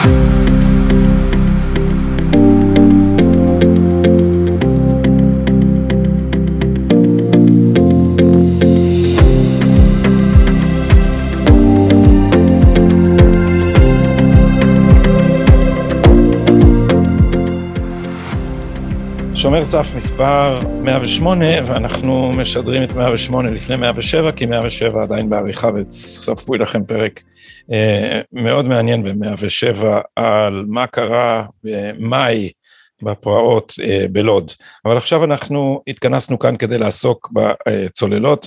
שומר סף מספר 108, ואנחנו משדרים את 108 לפני 107, כי 107 עדיין בעריכה, וצפוי לכם פרק מאוד מעניין ב-107 על מה קרה במאי בפרעות בלוד. אבל עכשיו אנחנו התכנסנו כאן כדי לעסוק בצוללות,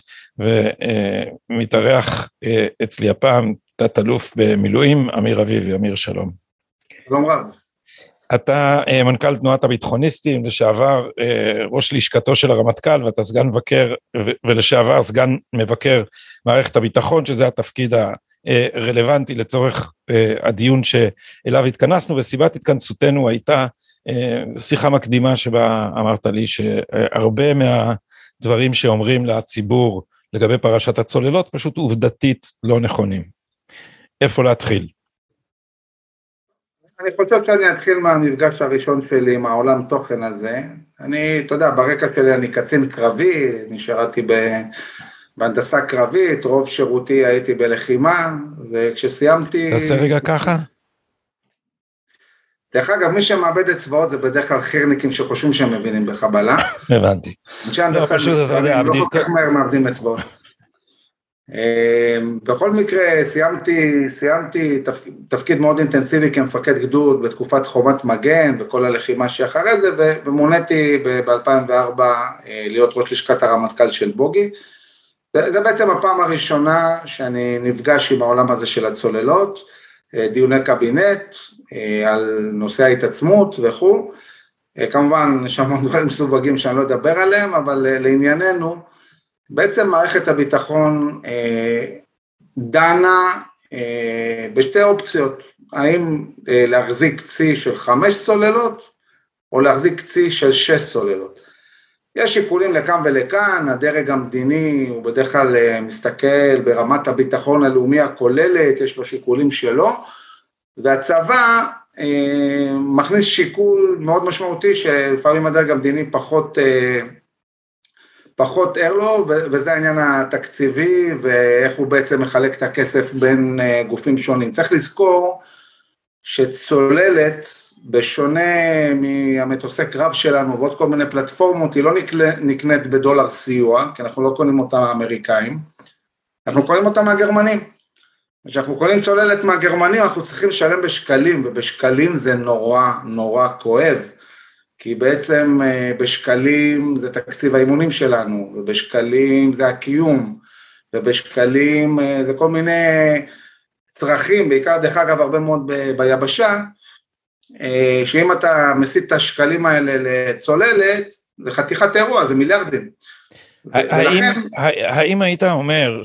ומתארח אצלי הפעם תת אלוף במילואים, אמיר אביבי. אמיר, שלום. שלום רב. אתה מנכ"ל תנועת הביטחוניסטים, לשעבר ראש לשכתו של הרמטכ"ל, ואתה סגן מבקר, ולשעבר סגן מבקר מערכת הביטחון, שזה התפקיד הרלוונטי לצורך הדיון שאליו התכנסנו, וסיבת התכנסותנו הייתה שיחה מקדימה שבה אמרת לי שהרבה מהדברים שאומרים לציבור לגבי פרשת הצוללות, פשוט עובדתית לא נכונים. איפה להתחיל? אני חושב שאני אתחיל מהמפגש הראשון שלי עם העולם תוכן הזה. אתה יודע, ברקע שלי אני קצין קרבי, נשארתי בהנדסה קרבית, רוב שירותי הייתי בלחימה, וכשסיימתי... תעשה רגע ככה? דרך אגב, מי שמאבד את צבאות זה בדרך כלל חירניקים שחושבים שהם מבינים בחבלה. הבנתי. אנשי הנדסה לא כל כך מהר מאבדים את צבאות. בכל מקרה סיימתי תפקיד מאוד אינטנסיבי כמפקד גדוד בתקופת חומת מגן וכל הלחימה שאחרי זה, ומוניתי ב-2004 להיות ראש לשכת הרמטכ"ל של בוגי. זה בעצם הפעם הראשונה שאני נפגש עם העולם הזה של הצוללות, דיוני קבינט על נושא ההתעצמות וכו'. כמובן יש המון דברים מסווגים שאני לא אדבר עליהם, אבל לענייננו, בעצם מערכת הביטחון דנה בשתי אופציות, האם להחזיק צי של 5 סוללות, או להחזיק צי של 6 סוללות. יש שיקולים לכאן ולכאן, הדרג המדיני הוא בדרך כלל מסתכל ברמת הביטחון הלאומי הכוללת, יש לו שיקולים שלו, והצבא מכניס שיקול מאוד משמעותי, שלפעמים הדרג המדיני פחות ער לו, וזה העניין התקציבי, ואיך הוא בעצם מחלק את הכסף בין גופים שונים. צריך לזכור שצוללת, בשונה מהמטוסי קרב שלנו, ועוד כל מיני פלטפורמות, היא לא נקנית בדולר סיוע, כי אנחנו לא קונים אותם האמריקאים, אנחנו קונים אותם מהגרמנים. כשאנחנו קונים צוללת מהגרמנים, אנחנו צריכים לשלם בשקלים, ובשקלים זה נורא נורא כואב, כי בעצם בשקלים זה תקציב האימונים שלנו, ובשקלים זה הקיום, ובשקלים זה כל מיני צרכים, בעיקר דרך אגב הרבה מאוד ביבשה, שאם אתה מסיט את השקלים האלה לצוללת, זה חתיכת אירוע, זה מיליארדים. האם היית אומר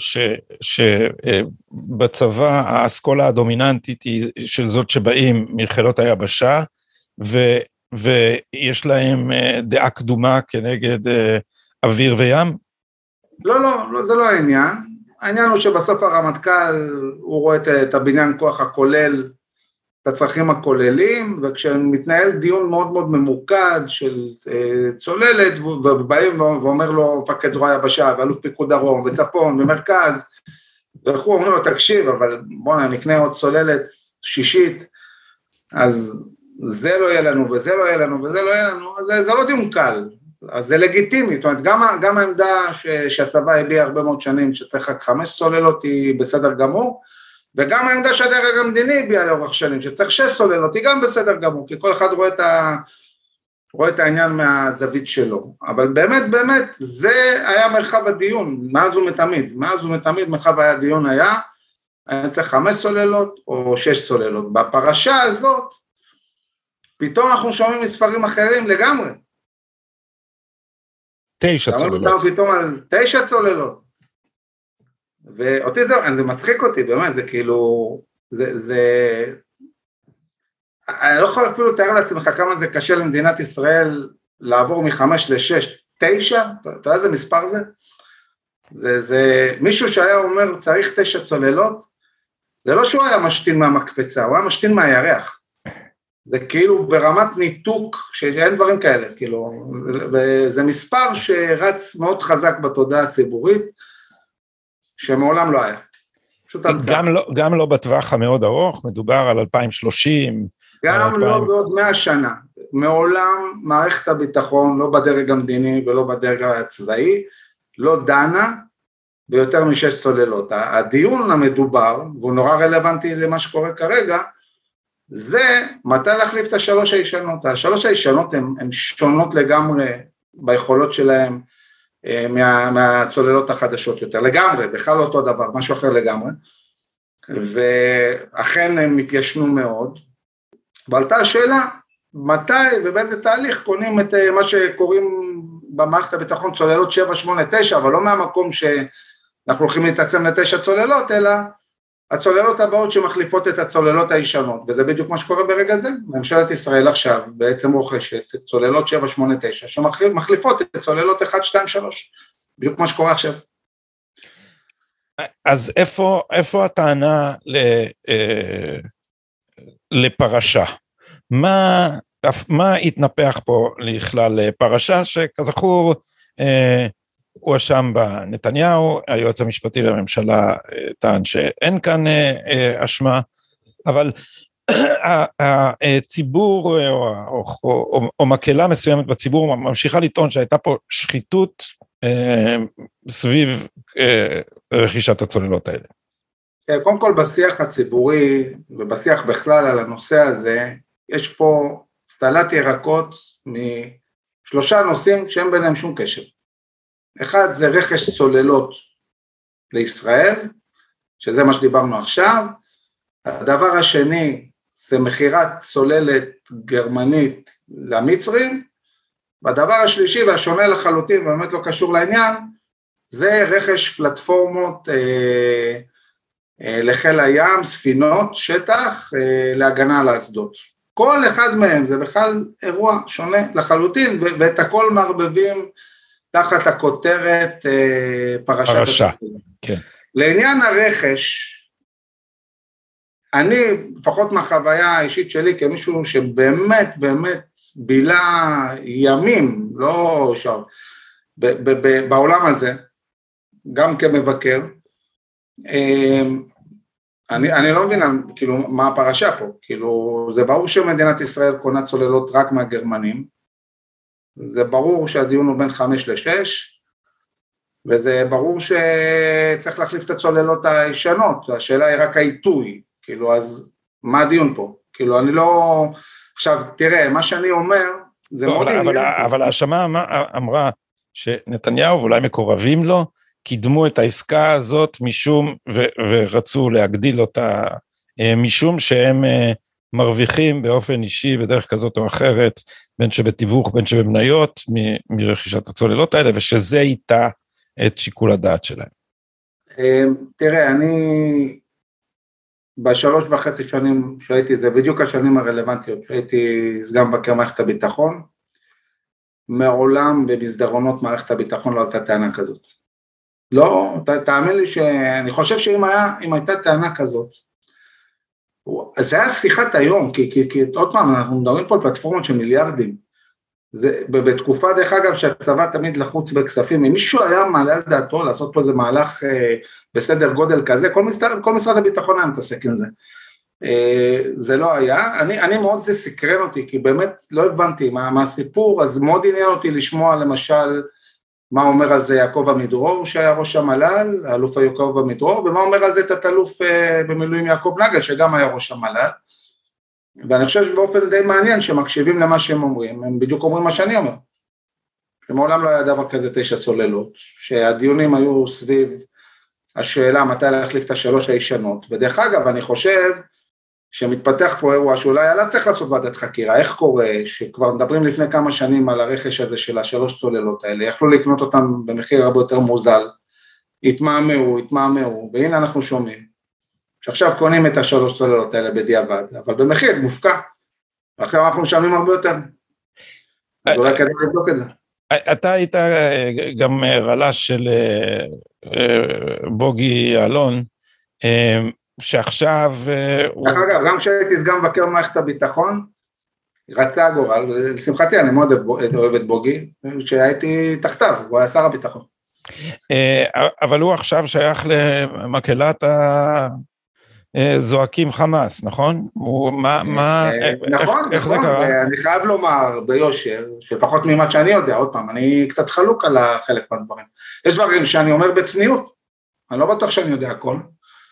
שבצבא האסכולה הדומיננטית היא של זאת שבאים מחילות היבשה, ויש להם דעה קדומה כנגד אוויר וים? לא, זה לא העניין. העניין הוא שבסוף הרמטכ"ל הוא רואה את הבניין כוח הכולל, את הצרכים הכוללים, וכשמתנהל דיון מאוד מאוד ממוקד של צוללת, ובאים ואומר לו מפקד זרוע יבשה, ואלוף פיקוד דרום, וצפון, ומרכז, וכו' אומרים לו תקשיב, אבל בואו נקנה עוד צוללת שישית, אז זה לא יהיה לנו, וזה לא יהיה לנו, וזה לא יהיה לנו, אז זה לא דיון קל, אז זה לגיטימי, זאת אומרת, גם העמדה שהצבא הביע הרבה מאוד שנים, שצריך רק 5 סוללות היא בסדר גמור, וגם העמדה שהדרג המדיני הביע לאורך שנים, שצריך 6 סוללות היא גם בסדר גמור, כי כל אחד רואה את העניין מהזווית שלו, אבל באמת, זה היה מרחב הדיון, מאז ומתמיד מרחב הדיון היה, אני צריך 5 סוללות או 6 סוללות, בפרשה הזאת, פתאום אנחנו שומעים מספרים אחרים לגמרי. 9 צוללות. פתאום על 9 צוללות. ואותי זה מצחיק אותי, באמת, זה כאילו, אני לא יכול אפילו לתאר לעצמך כמה זה קשה למדינת ישראל לעבור מ5 ל6, 9, אתה יודע איזה מספר זה? זה מישהו שהיה אומר צריך 9 צוללות, זה לא שהוא היה משתין מהמקפצה, הוא היה משתין מהירח. זה כאילו ברמת ניתוק, שאין דברים כאלה, כאילו, וזה מספר שרץ מאוד חזק בתודעה הציבורית, שמעולם לא היה. גם לא בטווח המאוד ארוך, מדובר על 2030. גם לא בעוד 100 שנה. מעולם מערכת הביטחון, לא בדרג המדיני ולא בדרג הצבאי, לא דנה ביותר מ6 צוללות. הדיון המדובר, והוא נורא רלוונטי למה שקורה כרגע, זה מתי להחליף את השלוש הישנות. השלוש הישנות הן שונות לגמרי ביכולות שלהן מהצוללות החדשות יותר, לגמרי, בכלל לא אותו דבר, משהו אחר לגמרי, ואכן הם התיישנו מאוד, ועלתה השאלה, מתי ובאיזה תהליך קונים את מה שקוראים במערכת הביטחון צוללות 7, 8, 9, אבל לא מהמקום שאנחנו הולכים להתעצם ל9 צוללות, אלא הצוללות הבאות שמחליפות את הצוללות הישנות, וזה בדיוק מה שקורה ברגע זה. ממשלת ישראל עכשיו בעצם רוכשת את צוללות 7, 8, 9, שמחליפות את צוללות 1, 2, 3, בדיוק מה שקורה עכשיו. אז איפה הטענה לפרשה? מה התנפח פה לכלל פרשה, שכזכור הוא אשם בנתניהו, היועץ המשפטי לממשלה טען שאין כאן אשמה, אבל הציבור או מקהלה מסוימת בציבור ממשיכה לטעון שהייתה פה שחיתות סביב רכישת הצוללות האלה. קודם כל בשיח הציבורי ובשיח בכלל על הנושא הזה, יש פה סלט ירקות משלושה נושאים שאין ביניהם שום קשר. אחד זה רכש צוללות לישראל, שזה מה שדיברנו עכשיו. הדבר השני זה מחירת צוללת גרמנית למצרים, והדבר השלישי והשונה לחלוטין, באמת לא קשור לעניין, זה רכש פלטפורמות לחיל הים, ספינות, שטח, להגנה על האסדות. כל אחד מהם זה בכלל אירוע שונה לחלוטין, ואת הכל מערבבים תחת הכותרת פרשה. כן. לעניין הרכש, אני, לפחות מהחוויה האישית שלי, כמישהו שבאמת בילה ימים, לא שעות, בעולם הזה, גם כמבקר, אני לא מבין כאילו מה הפרשה פה, כאילו זה ברור שמדינת ישראל קונה צוללות רק מהגרמנים, זה ברור שהדיון הוא בין 5 ל-6, וזה ברור שצריך להחליף את הצוללות הישנות, השאלה היא רק העיתוי, כאילו אז מה הדיון פה? כאילו אני לא, עכשיו תראה, מה שאני אומר, זה מאוד עניין. אבל האשמה אמרה שנתניהו ואולי מקורבים לו, קידמו את העסקה הזאת משום, ורצו להגדיל אותה, משום שהם מרוויחים באופן אישי, בדרך כזאת או אחרת, בין שבתיווך, בין שבמניות, מרכישת הצוללות האלה, ושזה איתה את שיקול הדעת שלהם. תראה, אני ב3.5 שנים שהייתי, זה בדיוק השנים הרלוונטיות, שהייתי סגן מבקר מערכת הביטחון, מעולם במסדרונות מערכת הביטחון לא עלתה טענה כזאת. לא, תאמין לי שאני חושב שאם הייתה טענה כזאת, אז זה היה שיחת היום, כי עוד פעם, אנחנו מדברים פה על פלטפורמות של מיליארדים, בתקופה דרך אגב שהצבא תמיד לחוץ בכספים, אם מישהו היה מעלה על דעתו לעשות פה איזה מהלך בסדר גודל כזה, כל משרד הביטחון היה מתעסק עם זה, זה לא היה, אני מאוד זה סקרן אותי, כי באמת לא הבנתי מה הסיפור, אז מאוד עניין אותי לשמוע למשל, מה אומר על זה יעקב עמידרור שהיה ראש המל"ל, האלוף יעקב עמידרור, ומה אומר על זה תת-אלוף במילואים יעקב נגל שגם היה ראש המל"ל, ואני חושב שבאופן די מעניין שמקשיבים למה שהם אומרים, הם בדיוק אומרים מה שאני אומר, שמעולם לא היה דבר כזה 9 צוללות, שהדיונים היו סביב השאלה מתי להחליף את השלוש הישנות, ודרך אגב אני חושב שמתפתח פה אירוע שאולי עליו צריך לעשות ועדת חקירה, איך קורה שכבר מדברים לפני כמה שנים על הרכש הזה של 3 צוללות האלה, יכלו לקנות אותם במחיר הרבה יותר מוזל, התמהמהו, והנה אנחנו שומעים, שעכשיו קונים את 3 צוללות האלה בדיעבד, אבל במחיר מופקע, ואחרי אנחנו משלמים הרבה יותר, אז אולי כדאי לבדוק את זה. אתה היית גם רל"ש של בוגי אלון, שעכשיו... דרך אגב, גם כשהייתי גם מבקר מערכת הביטחון, רצה הגורל, ולשמחתי אני מאוד אוהב את בוגי, שהייתי תחתיו, הוא היה שר הביטחון. אבל הוא עכשיו שייך למקהלת זועקים חמאס, נכון? נכון, איך זה קרה? ואני חייב לומר ביושר, שלפחות ממה שאני יודע, עוד פעם, אני קצת חלוק על חלק מהדברים. יש דברים שאני אומר בצניעות, אני לא בטוח שאני יודע הכל.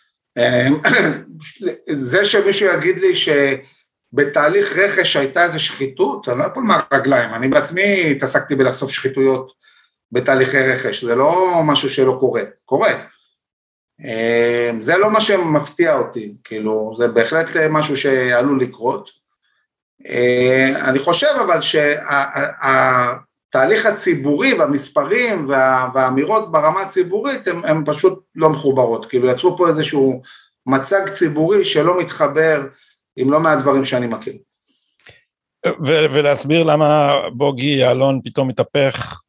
זה שמישהו יגיד לי שבתהליך רכש הייתה איזו שחיתות, אני לא יכול מהרגליים, אני בעצמי התעסקתי בלחשוף שחיתויות בתהליכי רכש, זה לא משהו שלא קורה, קורה. זה לא מה שמפתיע אותי, כאילו, זה בהחלט משהו שעלול לקרות. אני חושב אבל שהתהליך הציבורי והמספרים והאמירות ברמה הציבורית הם פשוט לא מחוברות, כאילו יצרו פה איזשהו מצג ציבורי שלא מתחבר עם לא מהדברים שאני מכיר. ולהסביר למה בוגי יעלון פתאום מתהפך,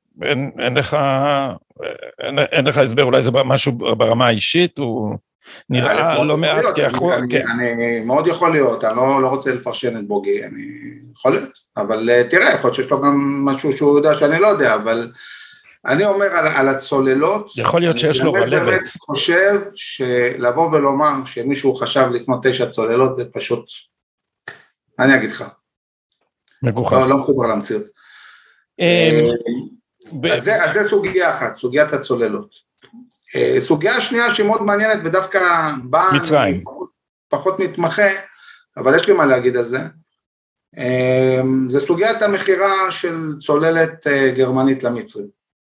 אין לך הסבר, אולי זה משהו ברמה האישית, הוא נראה לא מעט כאחור. אני מאוד יכול להיות, אני לא רוצה לפרשן את בוגי, אני יכול להיות, אבל תראה, יכול להיות שיש לו גם משהו שהוא יודע שאני לא יודע, אבל אני אומר על הצוללות, יכול להיות שיש לו רלבץ. אני באמת חושב שלבוא ולומר שמישהו חשב לקנות 9 צוללות, זה פשוט, אני אגיד לך. מגוחך. לא מחובר למציאות. אז זה סוגיה אחת, סוגיית הצוללות. סוגיה שנייה שהיא מאוד מעניינת ודווקא באה, מצרים. פחות מתמחה, אבל יש לי מה להגיד על זה. זה סוגיית המחירה של צוללת גרמנית למצרים.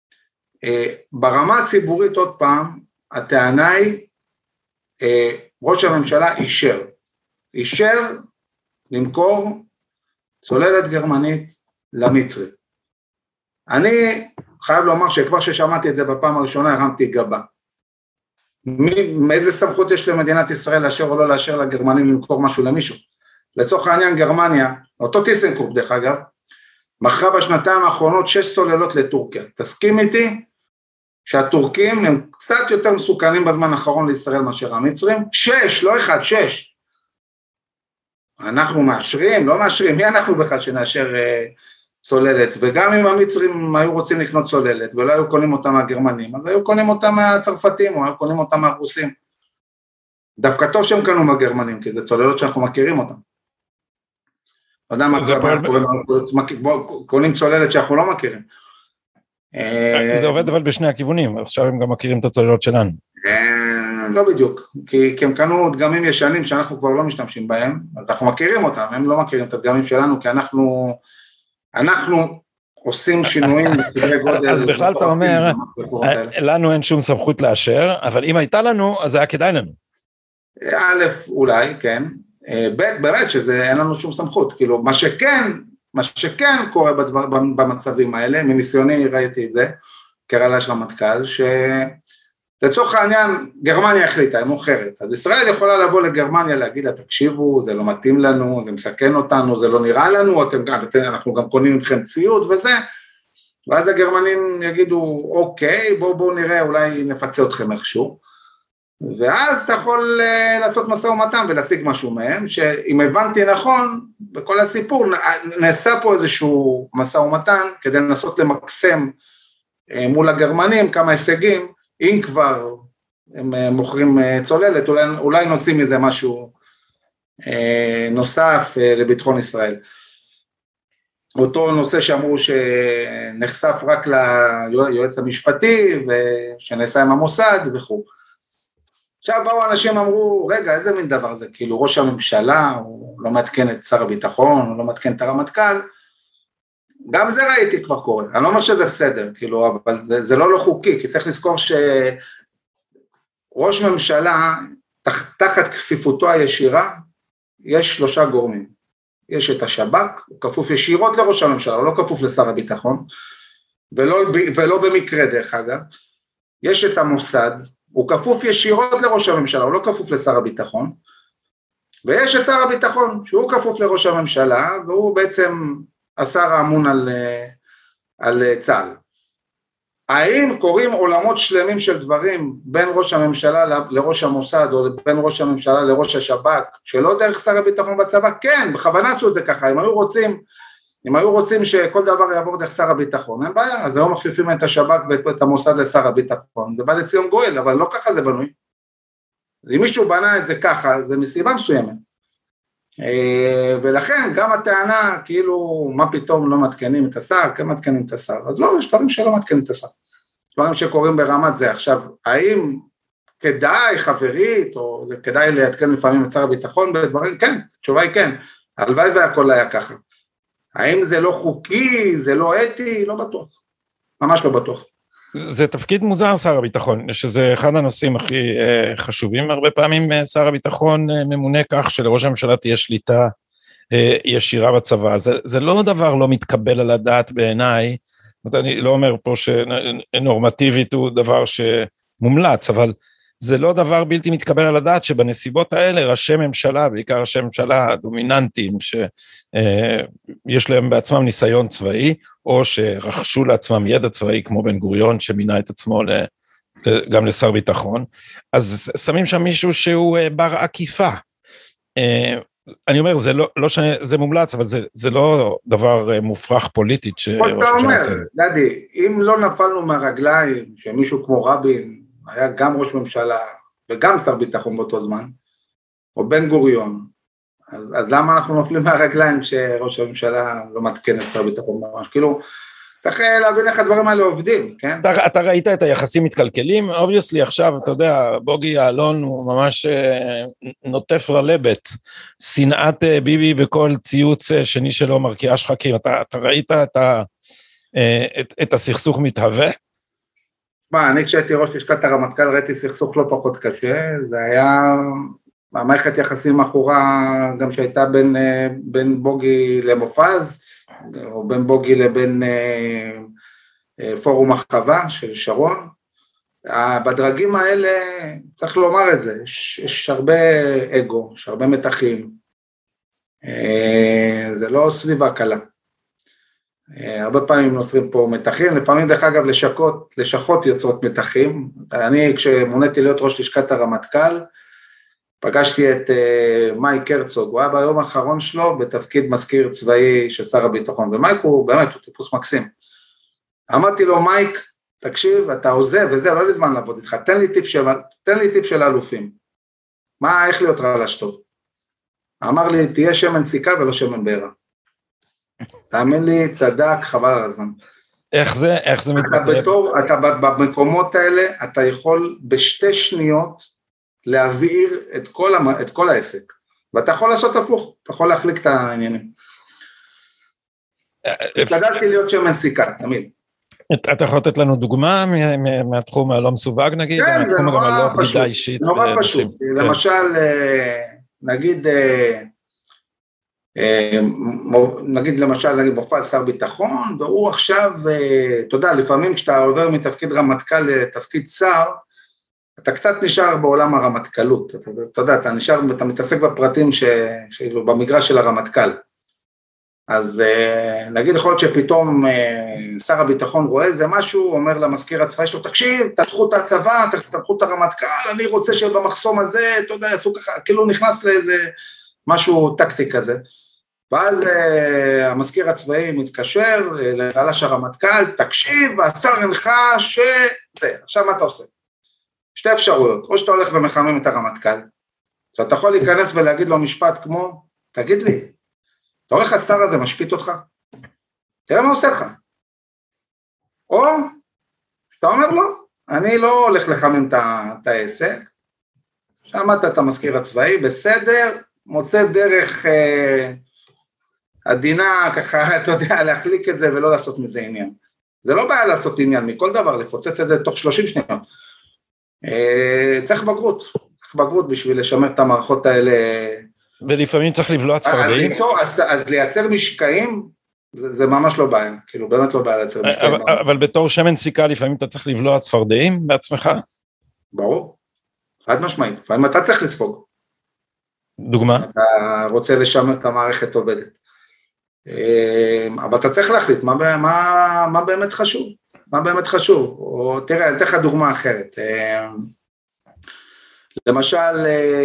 ברמה הציבורית עוד פעם, הטענה היא, ראש הממשלה אישר למכור צוללת גרמנית למצרים. אני חייב לומר שכבר ששמעתי את זה בפעם הראשונה, הרמתי גבה. מאיזה סמכות יש למדינת ישראל לאשר או לא לאשר לגרמנים למכור משהו למישהו? לצורך העניין גרמניה, אותו טיסנקרופ דרך אגב, מכרה בשנתיים האחרונות 6 סוללות לטורקיה. תסכים איתי שהטורקים הם קצת יותר מסוכנים בזמן האחרון לישראל מאשר המצרים? 6, לא 1, 6. אנחנו מאשרים, לא מאשרים, מי אנחנו בכלל שנאשר צוללת, וגם אם המצרים היו רוצים לקנות צוללת, ולא היו קונים אותם מהגרמנים, אז היו קונים אותם מהצרפתים, או היו קונים אותם מהרוסים. דווקא טוב שהם קנו מהגרמנים, כי זה צוללות שאנחנו מכירים אותם. לא יודע מה קונים צוללת שאנחנו לא מכירים. זה עובד אבל בשני הכיוונים, עכשיו הם גם מכירים את הצוללות שלנו. לא בדיוק, כי הם קנו דגמים ישנים שאנחנו כבר לא משתמשים בהם, אז אנחנו מכירים אותם, הם לא מכירים את הדגמים שלנו, כי אנחנו עושים שינויים בסדרי גודל. אז בכלל אתה אומר, לנו אין שום סמכות לאשר, אבל אם הייתה לנו, אז היה כדאי לנו. א', אולי, כן, ב', באמת שזה אין לנו שום סמכות, כאילו מה שכן קורה במצבים האלה, מניסיוני ראיתי את זה, קרא של המטכ"ל, שלצורך העניין גרמניה החליטה, היא מוכרת, אז ישראל יכולה לבוא לגרמניה להגיד לה, תקשיבו, זה לא מתאים לנו, זה מסכן אותנו, זה לא נראה לנו, אנחנו גם קונים מכם ציוד וזה, ואז הגרמנים יגידו, אוקיי, בואו נראה, אולי נפצה אתכם איכשהו, ואז אתה יכול לעשות משא ומתן ולהשיג משהו מהם, שאם הבנתי נכון, בכל הסיפור, נעשה פה איזשהו משא ומתן, כדי לנסות למקסם מול הגרמנים כמה הישגים, אם כבר הם מוכרים צוללת, אולי נוציא מזה משהו נוסף לביטחון ישראל. אותו נושא שאמרו שנחשף רק ליועץ המשפטי, ושנעשה עם המוסד וכו'. עכשיו באו אנשים אמרו, רגע, איזה מין דבר זה? כאילו ראש הממשלה, הוא לא מתקן את שר הביטחון, הוא לא מתקן את הרמטכ"ל, גם זה ראיתי כבר קורה, אני לא אומר שזה בסדר, כאילו, אבל זה לא חוקי, כי צריך לזכור שראש ממשלה, תחת כפיפותו הישירה, יש 3 גורמים, יש את השב"כ, הוא כפוף ישירות לראש הממשלה, הוא לא כפוף לשר הביטחון, ולא במקרה דרך אגב, יש את המוסד, הוא כפוף ישירות לראש הממשלה, הוא לא כפוף לשר הביטחון, ויש את שר הביטחון, שהוא כפוף לראש הממשלה, והוא בעצם השר האמון על צה"ל. האם קוראים עולמות שלמים של דברים בין ראש הממשלה לראש המוסד, או בין ראש הממשלה לראש השב"כ, שלא דרך שר הביטחון בצבא? כן, בכוונה עשו את זה ככה. אם היו רוצים שכל דבר יעבור דרך שר הביטחון, אין בעיה, אז היום מחליפים את השב"כ ואת המוסד לשר הביטחון, זה בא לציון גואל, אבל לא ככה זה בנוי. אם מישהו בנה את זה ככה, זה מסיבה מסוימת. ולכן גם הטענה, כאילו, מה פתאום לא מתקנים את השר, כן מתקנים את השר, אז לא, יש דברים שלא מתקנים את השר, דברים שקורים ברמת זה. עכשיו, האם כדאי חברית, או זה כדאי להתקן לפעמים את שר הביטחון בדברים? כן, התשובה היא כן, הלוואי והכל היה ככה. האם זה לא חוקי, זה לא אתי? לא בטוח, ממש לא בטוח. זה תפקיד מוזר שר הביטחון, שזה אחד הנושאים הכי חשובים. הרבה פעמים שר הביטחון ממונה כך שלראש הממשלה תהיה שליטה ישירה בצבא. זה לא דבר לא מתקבל על הדעת בעיניי, אני לא אומר פה שנורמטיבית הוא דבר שמומלץ, אבל זה לא דבר בלתי מתקבל על הדעת שבנסיבות האלה ראשי ממשלה, בעיקר ראשי ממשלה דומיננטיים, שיש להם בעצמם ניסיון צבאי, או שרכשו לעצמם ידע צבאי, כמו בן גוריון, שמינה את עצמו גם לשר ביטחון, אז שמים שם מישהו שהוא בר עקיפה. אני אומר, זה מומלץ, אבל זה לא דבר מופרך פוליטית שראש הממשלה עושה. דדי, אם לא נפלנו מהרגליים, שמישהו כמו רבין, היה גם ראש ממשלה וגם שר ביטחון באותו זמן, או בן גוריון, אז למה אנחנו נופלים מהרגליים כשראש הממשלה לא מתקן את שר ביטחון ממש? כאילו, צריך להבין איך הדברים האלה עובדים, כן? אתה ראית את היחסים מתקלקלים? obviously עכשיו, אתה יודע, בוגי יעלון הוא ממש נוטף רלבת, שנאת ביבי בכל ציוץ שני שלו מרקיעה שחקים. אתה ראית את הסכסוך מתהווה? אני כשהייתי ראש לשכת הרמטכ"ל ראיתי סכסוך לא פחות קשה, זה היה המערכת יחסים אחורה גם שהייתה בין בוגי למופז, או בין בוגי לבין פורום החווה של שרון. בדרגים האלה צריך לומר את זה, יש הרבה אגו, יש הרבה מתחים, זה לא סביבה קלה. הרבה פעמים נוצרים פה מתחים, לפעמים דרך אגב לשכות יוצרות מתחים. אני כשמוניתי להיות ראש לשכת הרמטכ"ל, פגשתי את מייק הרצוג, הוא היה ביום האחרון שלו בתפקיד מזכיר צבאי של שר הביטחון, ומייק הוא באמת, הוא טיפוס מקסים. אמרתי לו, מייק, תקשיב, אתה עוזב וזה, לא לזמן לעבוד איתך, תן לי טיפ של אלופים, איך להיות רעלש טוב? אמר לי, תהיה שמן סיכה ולא שמן בעירה. תאמין לי, צדק, חבל על הזמן. איך זה מתבטא? אתה במקומות האלה, אתה יכול בשתי שניות להעביר את כל העסק, ואתה יכול לעשות הפוך, אתה יכול להחליק את העניינים. השתדלתי להיות שמן סיכה, תמיד. אתה יכול לתת לנו דוגמה מהתחום הלא מסווג נגיד? כן, זה נורא פשוט. נורא פשוט. למשל, נגיד למשל מופז שר ביטחון, והוא עכשיו, אתה יודע, לפעמים כשאתה עובר מתפקיד רמטכ"ל לתפקיד שר, אתה קצת נשאר בעולם הרמטכ"לות, אתה יודע, אתה מתעסק בפרטים במגרש של הרמטכ"ל, אז נגיד יכול להיות שפתאום שר הביטחון רואה איזה משהו, אומר למזכיר הצבאי שלו, תקשיב, תתחו את הצבא, תתחו את הרמטכ"ל, אני רוצה שבמחסום הזה, אתה יודע, יעשו ככה, כאילו נכנס לאיזה משהו טקטי כזה, ואז המזכיר הצבאי מתקשר לחלש הרמטכ"ל, תקשיב, והשר הנחה עכשיו מה אתה עושה? שתי אפשרויות, או שאתה הולך ומחמם את הרמטכ"ל, שאתה יכול להיכנס ולהגיד לו משפט כמו, תגיד לי, אתה רואה איך השר הזה משפיט אותך? תראה מה עושה לך. או שאתה אומר לו, אני לא הולך לחמם את העסק, שמעת את המזכיר הצבאי, בסדר, מוצא דרך עדינה, ככה, אתה יודע, להחליק את זה ולא לעשות מזה עניין. זה לא בעיה לעשות עניין, מכל דבר, לפוצץ את זה תוך 30 שניות. צריך בגרות בשביל לשמר את המערכות האלה. ולפעמים צריך לבלוע צפרדעים. אז לייצר משקעים, זה ממש לא בעיה, כאילו באמת לא בעיה לייצר משקעים. אבל בתור שמן סיכה לפעמים אתה צריך לבלוע צפרדעים בעצמך? ברור, חד משמעית, לפעמים אתה צריך לספוג. דוגמה? אתה רוצה לשמר את המערכת עובדת. אבל אתה צריך להחליט מה באמת חשוב. מה באמת חשוב, או תראה, אני אתן לך דוגמה אחרת, למשל,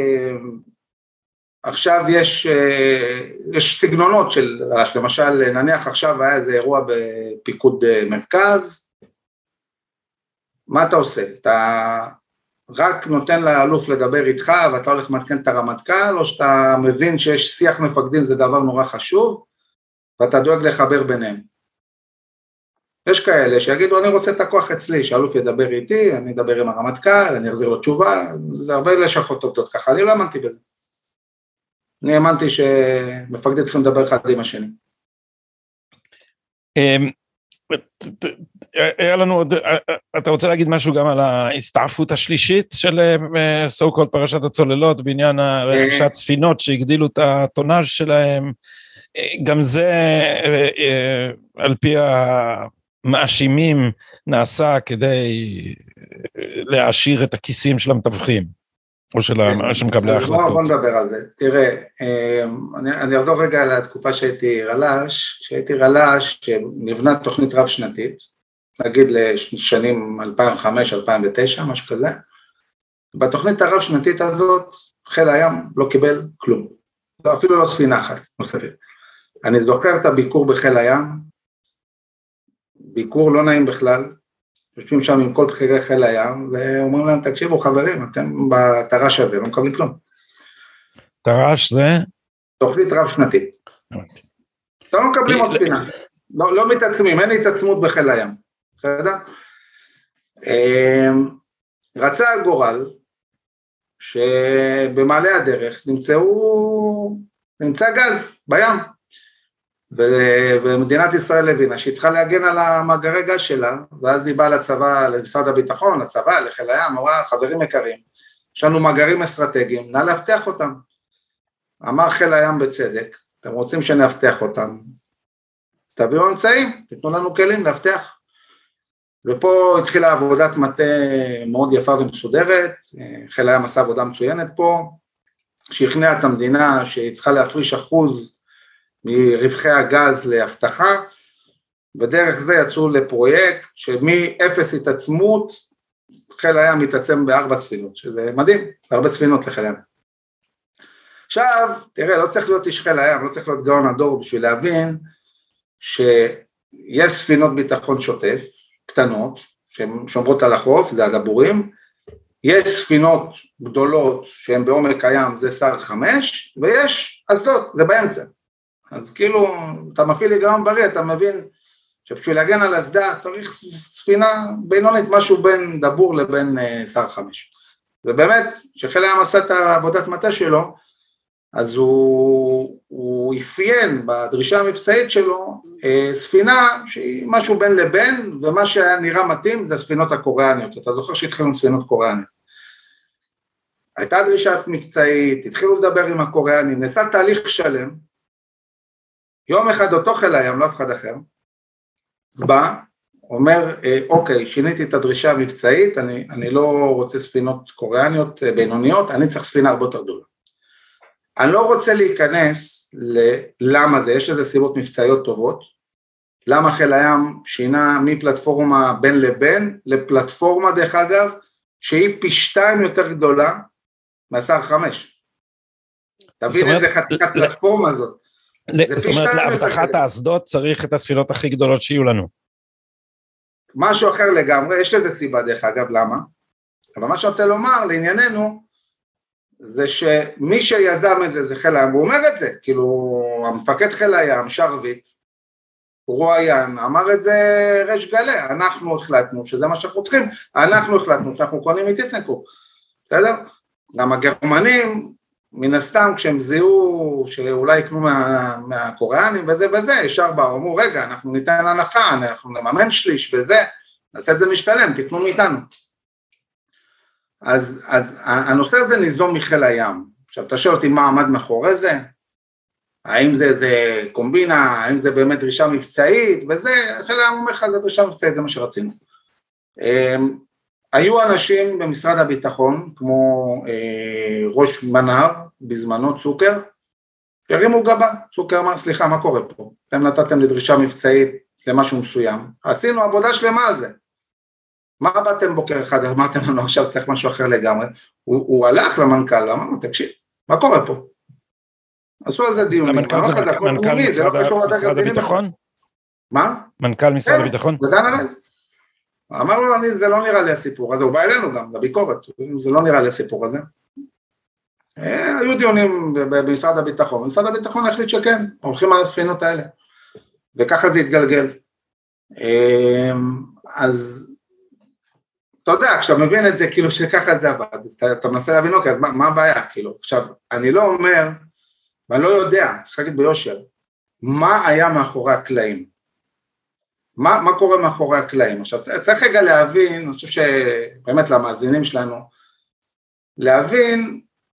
עכשיו יש סגנונות של רעש, למשל נניח עכשיו היה איזה אירוע בפיקוד מרכז, מה אתה עושה? אתה רק נותן לאלוף לדבר איתך ואתה הולך מתקן את הרמטכ"ל, או שאתה מבין שיש שיח מפקדים זה דבר נורא חשוב, ואתה דואג לחבר ביניהם. יש כאלה שיגידו אני רוצה את הכוח אצלי, שהאלוף ידבר איתי, אני אדבר עם הרמטכ"ל, אני אחזיר לו תשובה, זה הרבה לשכות עובדות ככה, אני לא האמנתי בזה. אני האמנתי שמפקדים צריכים לדבר אחד עם השני. היה לנו עוד, אתה רוצה להגיד משהו גם על ההסתעפות השלישית של so called פרשת הצוללות, בעניין רכישת ספינות שהגדילו את הטונאז' שלהם, גם זה על פי המאשימים נעשה כדי להעשיר את הכיסים של המתווכים. או של מקבלי ההחלטות. בוא נדבר על זה, תראה, אני אחזור רגע לתקופה שהייתי רל"ש, שנבנה תוכנית רב שנתית, נגיד לשנים 2005-2009, משהו כזה, בתוכנית הרב שנתית הזאת, חיל הים לא קיבל כלום, אפילו לא ספינה אחת, אני זוכר את הביקור בחיל הים, ביקור לא נעים בכלל, יושבים שם עם כל בחירי חיל הים, ואומרים להם, תקשיבו חברים, אתם בתר"ש הזה, לא מקבלים כלום. תר"ש זה? תוכנית רב שנתית. אתם לא מקבלים עוד ספינה, לא מתעצמים, אין התעצמות בחיל הים. בסדר? רצה הגורל, שבמעלה הדרך נמצא גז בים, ומדינת ישראל הבינה שהיא צריכה להגן על המאגרי גז שלה, ואז היא באה לצבא, למשרד הביטחון, לצבא, לחיל הים, אמרה, חברים יקרים, יש לנו מאגרים אסטרטגיים, נא להבטח אותם. אמר חיל הים בצדק, אתם רוצים שנאבטח אותם, תביאו אמצעים, תתנו לנו כלים להבטח. ופה התחילה עבודת מטה מאוד יפה ומסודרת, חיל הים עשה עבודה מצוינת פה, שהכניעה את המדינה שהיא צריכה להפריש 1% מרווחי הגז להבטחה, בדרך זה יצאו לפרויקט שמ-0 התעצמות, חיל הים מתעצם ב4 ספינות, שזה מדהים, 4 ספינות לחיל הים. עכשיו, תראה, לא צריך להיות איש חיל הים, לא צריך להיות גאון הדור בשביל להבין, שיש ספינות ביטחון שוטף, קטנות, שהן שומרות על החוף, זה הדבורים, יש ספינות גדולות שהן בעומק הים, זה שר 5, ויש אסדות, זה באמצע. אז כאילו, אתה מפעיל היגיון בריא, אתה מבין שבשביל להגן על אסדה צריך ספינה בינונית, משהו בין דבור לבין שר 5. ובאמת, כשחיל הים עשה את העבודת מטה שלו, אז הוא אפיין בדרישה המבצעית שלו ספינה שהיא משהו בין לבין, ומה שהיה נראה מתאים זה הספינות הקוריאניות. אתה זוכר שהתחילו עם ספינות קוריאניות. הייתה דרישה מבצעית, התחילו לדבר עם הקוריאנים, נעשה תהליך שלם, יום אחד אותו חיל הים, לא אף אחד אחר, בא, אומר, אוקיי, שיניתי את הדרישה המבצעית, אני לא רוצה ספינות קוריאניות בינוניות, אני צריך ספינה הרבה יותר גדולה. אני לא רוצה להיכנס ללמה זה, יש לזה סיבות מבצעיות טובות, למה חיל הים שינה מפלטפורמה בין לבין, לפלטפורמה דרך אגב, שהיא פי 2 יותר גדולה, מהשר 5. תבין איזה חתיקת פלטפורמה הזאת. זאת אומרת, להבטחת האסדות צריך את הספינות הכי גדולות שיהיו לנו. משהו אחר לגמרי, יש לזה סיבה דרך אגב, למה? אבל מה שאני רוצה לומר לענייננו, זה שמי שיזם את זה, זה חיל הים, הוא אומר את זה, כאילו המפקד חיל הים, שרביט, רואיין, אמר את זה רש גלה, אנחנו החלטנו שזה מה שאנחנו צריכים, אנחנו החלטנו שאנחנו קונים מטיסנקרופ, בסדר? גם הגרמנים, מן הסתם כשהם זיהו שאולי יקנו מהקוריאנים וזה וזה, ישר באו, אמרו רגע, אנחנו ניתן הנחה, אנחנו נממן שליש וזה, נעשה את זה משתלם, תקנו מאיתנו. אז הנושא הזה ניזום מחיל הים. עכשיו אתה שואל אותי מה עמד מאחורי זה, האם זה קומבינה, האם זה באמת דרישה מבצעית, וזה, חיל הים אומר לך, זה דרישה מבצעית, זה מה שרצינו. היו אנשים במשרד הביטחון, כמו ראש מנהר, בזמנו צוקר, שהרימו גבה, צוקר אמר, סליחה, מה קורה פה? אתם נתתם לדרישה מבצעית למשהו מסוים, עשינו עבודה שלמה על זה. מה באתם בוקר אחד, אמרתם לנו עכשיו צריך משהו אחר לגמרי, הוא הלך למנכ"ל, אמרנו תקשיב, מה קורה פה? עשו על זה דיונים. למנכ"ל זה מנכ"ל משרד הביטחון? מה? מנכ"ל משרד הביטחון? זה דן הראל. אמר לו, זה לא נראה לי הסיפור הזה, הוא בא אלינו גם, לביקורת, זה לא נראה לי הסיפור הזה. היו דיונים במשרד הביטחון, משרד הביטחון החליט שכן, הולכים על הספינות האלה, וככה זה התגלגל. אז אתה יודע, כשאתה מבין את זה, כאילו שככה זה עבד, אתה מנסה להבין, אוקיי, אז מה הבעיה? כאילו, עכשיו, אני לא אומר, ואני לא יודע, צריך להגיד ביושר, מה היה מאחורי הקלעים? מה קורה מאחורי הקלעים? עכשיו, צריך רגע להבין, אני חושב שבאמת למאזינים שלנו, להבין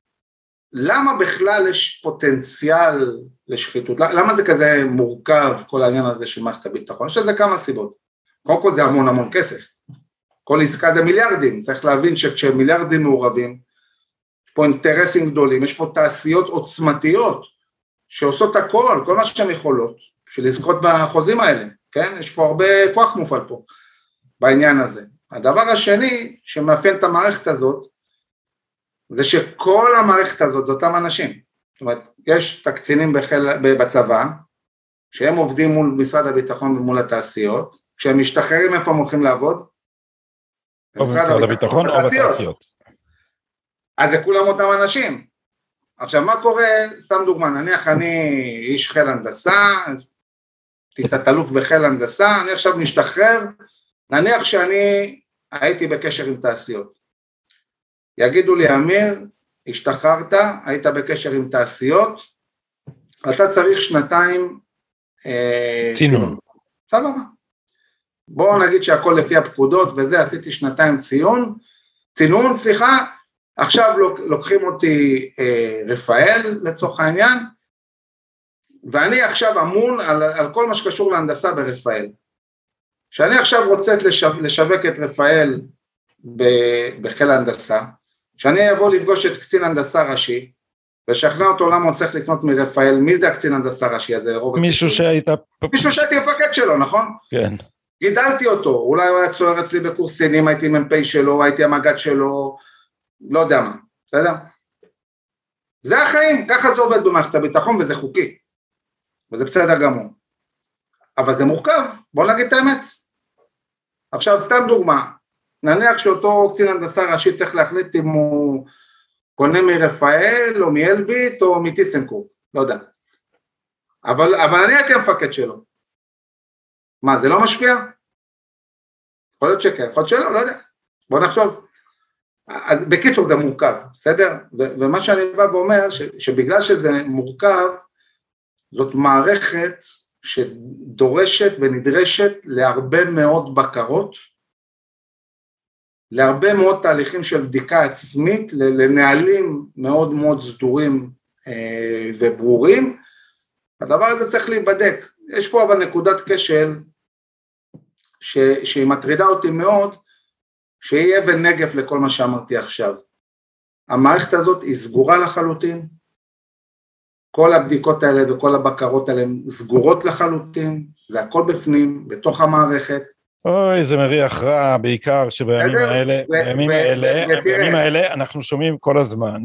למה בכלל יש פוטנציאל לשחיתות, למה זה כזה מורכב, כל העניין הזה של מערכת הביטחון? יש לזה כמה סיבות. קודם כל זה המון כסף. כל עסקה זה מיליארדים, צריך להבין שכשמיליארדים מעורבים, יש פה אינטרסים גדולים, יש פה תעשיות עוצמתיות, שעושות הכל, כל מה שהן יכולות, בשביל לזכות בחוזים האלה, כן? יש פה הרבה כוח מופעל פה, בעניין הזה. הדבר השני, שמאפיין את המערכת הזאת, זה שכל המערכת הזאת, זה אותם אנשים. זאת אומרת, יש את הקצינים בצבא, שהם עובדים מול משרד הביטחון ומול התעשיות, כשהם משתחררים איפה הם הולכים לעבוד, או במשרד הביטחון או בתעשיות. אז זה כולם אותם אנשים. עכשיו מה קורה, סתם דוגמה, נניח אני איש חיל הנדסה, תתעלוק בחיל הנדסה, אני עכשיו משתחרר, נניח שאני הייתי בקשר עם תעשיות. יגידו לי, אמיר, השתחררת, היית בקשר עם תעשיות, אתה צריך 2 צינון. סבבה. בואו נגיד שהכל לפי הפקודות וזה, עשיתי 2 צינון, עכשיו לוקחים אותי רפאל לצורך העניין, ואני עכשיו אמון על כל מה שקשור להנדסה ברפאל. שאני עכשיו רוצה לשווק את רפאל בחיל ההנדסה, שאני אבוא לפגוש את קצין הנדסה ראשי, ושכנע אותו למה הוא צריך לקנות מרפאל, מי זה הקצין הנדסה ראשי הזה? מישהו שהייתי מפקד שלו, נכון? כן. גידלתי אותו, אולי הוא היה צוער אצלי בקורס קצינים, הייתי מ"פ שלו, הייתי המג"ד שלו, לא יודע מה, בסדר? זה החיים, ככה זה עובד במערכת הביטחון וזה חוקי, וזה בסדר גמור. אבל זה מורכב, בואו נגיד את האמת. עכשיו סתם דוגמה, נניח שאותו קצין הנדסה ראשי צריך להחליט אם הוא קונה מרפאל או מאלביט או מטיסנקרופ, לא יודע. אבל אני הייתי המפקד שלו. מה, זה לא משפיע? יכול להיות שכן, יכול להיות שלא, לא יודע. בוא נחשוב. בקיצור זה מורכב, בסדר? ומה שאני בא ואומר, שבגלל שזה מורכב, זאת מערכת שדורשת ונדרשת להרבה מאוד בקרות, להרבה מאוד תהליכים של בדיקה עצמית, לנהלים מאוד מאוד סדורים וברורים. הדבר הזה צריך להיבדק. יש פה אבל נקודת כשל, שהיא מטרידה אותי מאוד, שיהיה בנגף לכל מה שאמרתי עכשיו. המערכת הזאת היא סגורה לחלוטין, כל הבדיקות האלה וכל הבקרות האלה הן סגורות לחלוטין, זה הכל בפנים, בתוך המערכת. אוי, זה מריח רע, בעיקר שבימים האלה אנחנו שומעים כל הזמן,